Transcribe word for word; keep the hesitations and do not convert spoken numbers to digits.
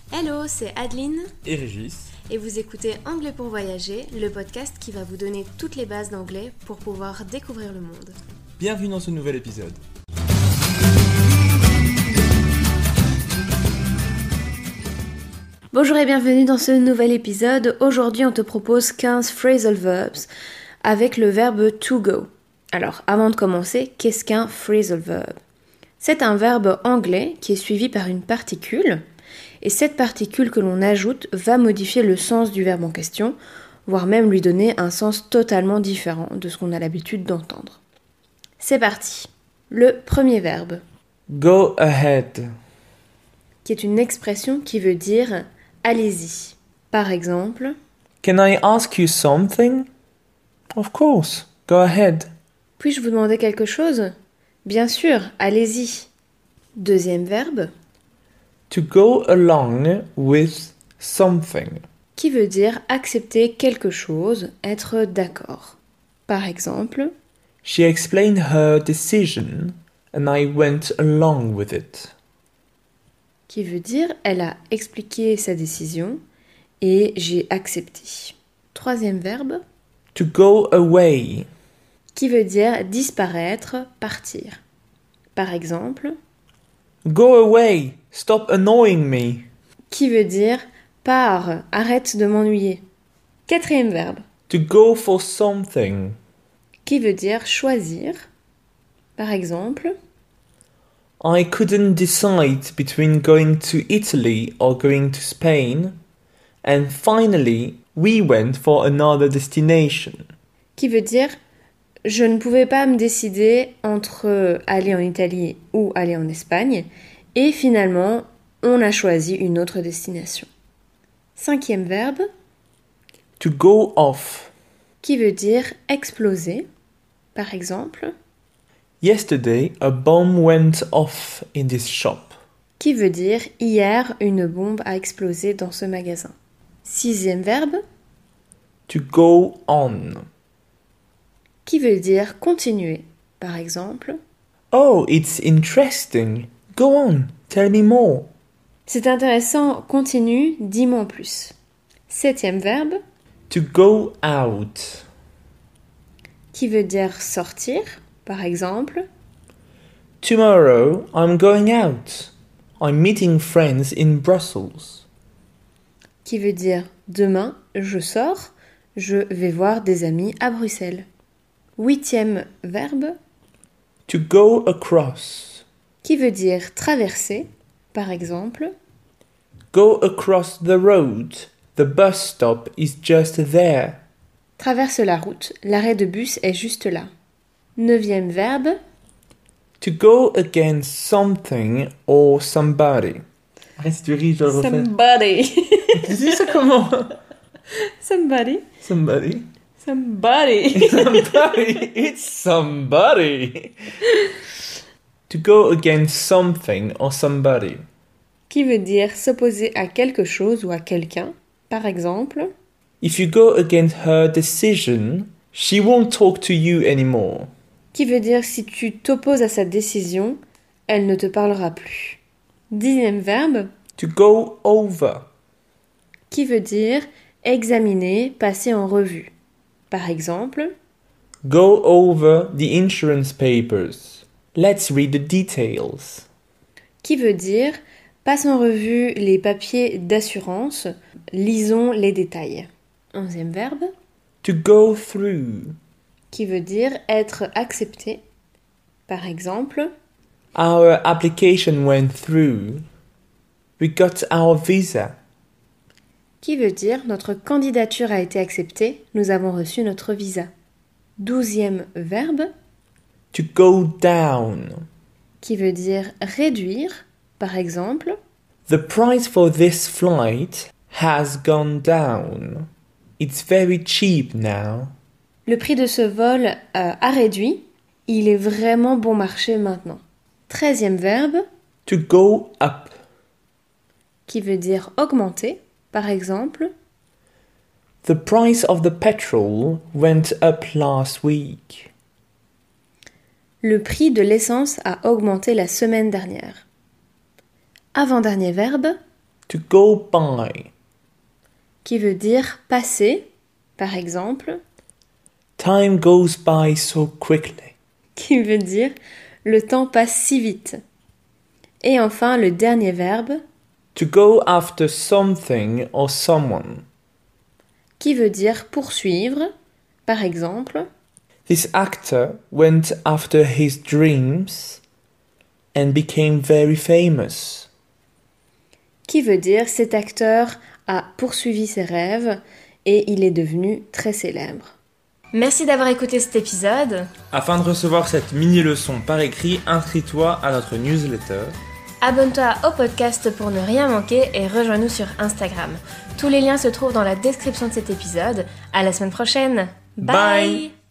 Hello, c'est Adeline et Régis. Et vous écoutez Anglais pour voyager, le podcast qui va vous donner toutes les bases d'anglais pour pouvoir découvrir le monde. Bienvenue dans ce nouvel épisode. Bonjour et bienvenue dans ce nouvel épisode. Aujourd'hui, on te propose quinze phrasal verbs avec le verbe to go. Alors, avant de commencer, qu'est-ce qu'un phrasal verb ? C'est un verbe anglais qui est suivi par une particule. Et cette particule que l'on ajoute va modifier le sens du verbe en question, voire même lui donner un sens totalement différent de ce qu'on a l'habitude d'entendre. C'est parti. Le premier verbe. Go ahead. Qui est une expression qui veut dire « allez-y ». Par exemple, Can I ask you something? Of course. Go ahead. puis-je vous demander quelque chose ? Bien sûr, allez-y. Deuxième verbe. To go along with something. Qui veut dire accepter quelque chose, être d'accord. Par exemple, She explained her decision and I went along with it. qui veut dire elle a expliqué sa décision et j'ai accepté. Troisième verbe, To go away. qui veut dire disparaître, partir. Par exemple, Go away. Stop annoying me. qui veut dire pars, arrête de m'ennuyer. Quatrième verbe, To go for something. qui veut dire choisir. Par exemple, I couldn't decide between going to Italy or going to Spain. And finally, we went for another destination. qui veut dire je ne pouvais pas me décider entre aller en Italie ou aller en Espagne, et finalement, on a choisi une autre destination. Cinquième verbe, To go off. qui veut dire exploser. Par exemple, Yesterday, a bomb went off in this shop. qui veut dire hier, une bombe a explosé dans ce magasin. Sixième verbe, To go on. qui veut dire continuer. Par exemple, Oh, it's interesting. Go on, tell me more. c'est intéressant, continue, dis-moi en plus. Septième verbe, To go out. qui veut dire sortir. Par exemple, Tomorrow, I'm going out. I'm meeting friends in Brussels. qui veut dire demain, je sors, je vais voir des amis à Bruxelles. Huitième verbe, To go across. qui veut dire traverser. Par exemple, Go across the road. The bus stop is just there. traverse la route, l'arrêt de bus est juste là. Neuvième verbe, To go against something or somebody. Arrête, si tu ris, je le refais. somebody. Tu dis ça comment? Somebody. Somebody. Somebody. Somebody. It's somebody. To go against something or somebody. qui veut dire s'opposer à quelque chose ou à quelqu'un. Par exemple, If you go against her decision, she won't talk to you anymore. qui veut dire si tu t'opposes à sa décision, elle ne te parlera plus. Dixième verbe, To go over. qui veut dire examiner, passer en revue. Par exemple, Go over the insurance papers. Let's read the details. qui veut dire passe en revue les papiers d'assurance, lisons les détails. Onzième verbe, To go through. qui veut dire être accepté. Par exemple, Our application went through. We got our visa. qui veut dire notre candidature a été acceptée, nous avons reçu notre visa. Douzième verbe, To go down. qui veut dire réduire. Par exemple, The price for this flight has gone down. It's very cheap now. le prix de ce vol euh, a réduit, il est vraiment bon marché maintenant. Treizième verbe, To go up. qui veut dire augmenter. Par exemple, The price of the petrol went up last week. le prix de l'essence a augmenté la semaine dernière. Avant-dernier verbe, To go by. Qui veut dire passer, par exemple. Time goes by so quickly. Qui veut dire le temps passe si vite. Et enfin, le dernier verbe. To go after something or someone. Qui veut dire poursuivre, par exemple. This actor went after his dreams and became very famous. Qui veut dire cet acteur a poursuivi ses rêves et il est devenu très célèbre. Merci d'avoir écouté cet épisode. Afin de recevoir cette mini-leçon par écrit, inscris-toi à notre newsletter. Abonne-toi au podcast pour ne rien manquer et rejoins-nous sur Instagram. Tous les liens se trouvent dans la description de cet épisode. À la semaine prochaine. Bye, Bye.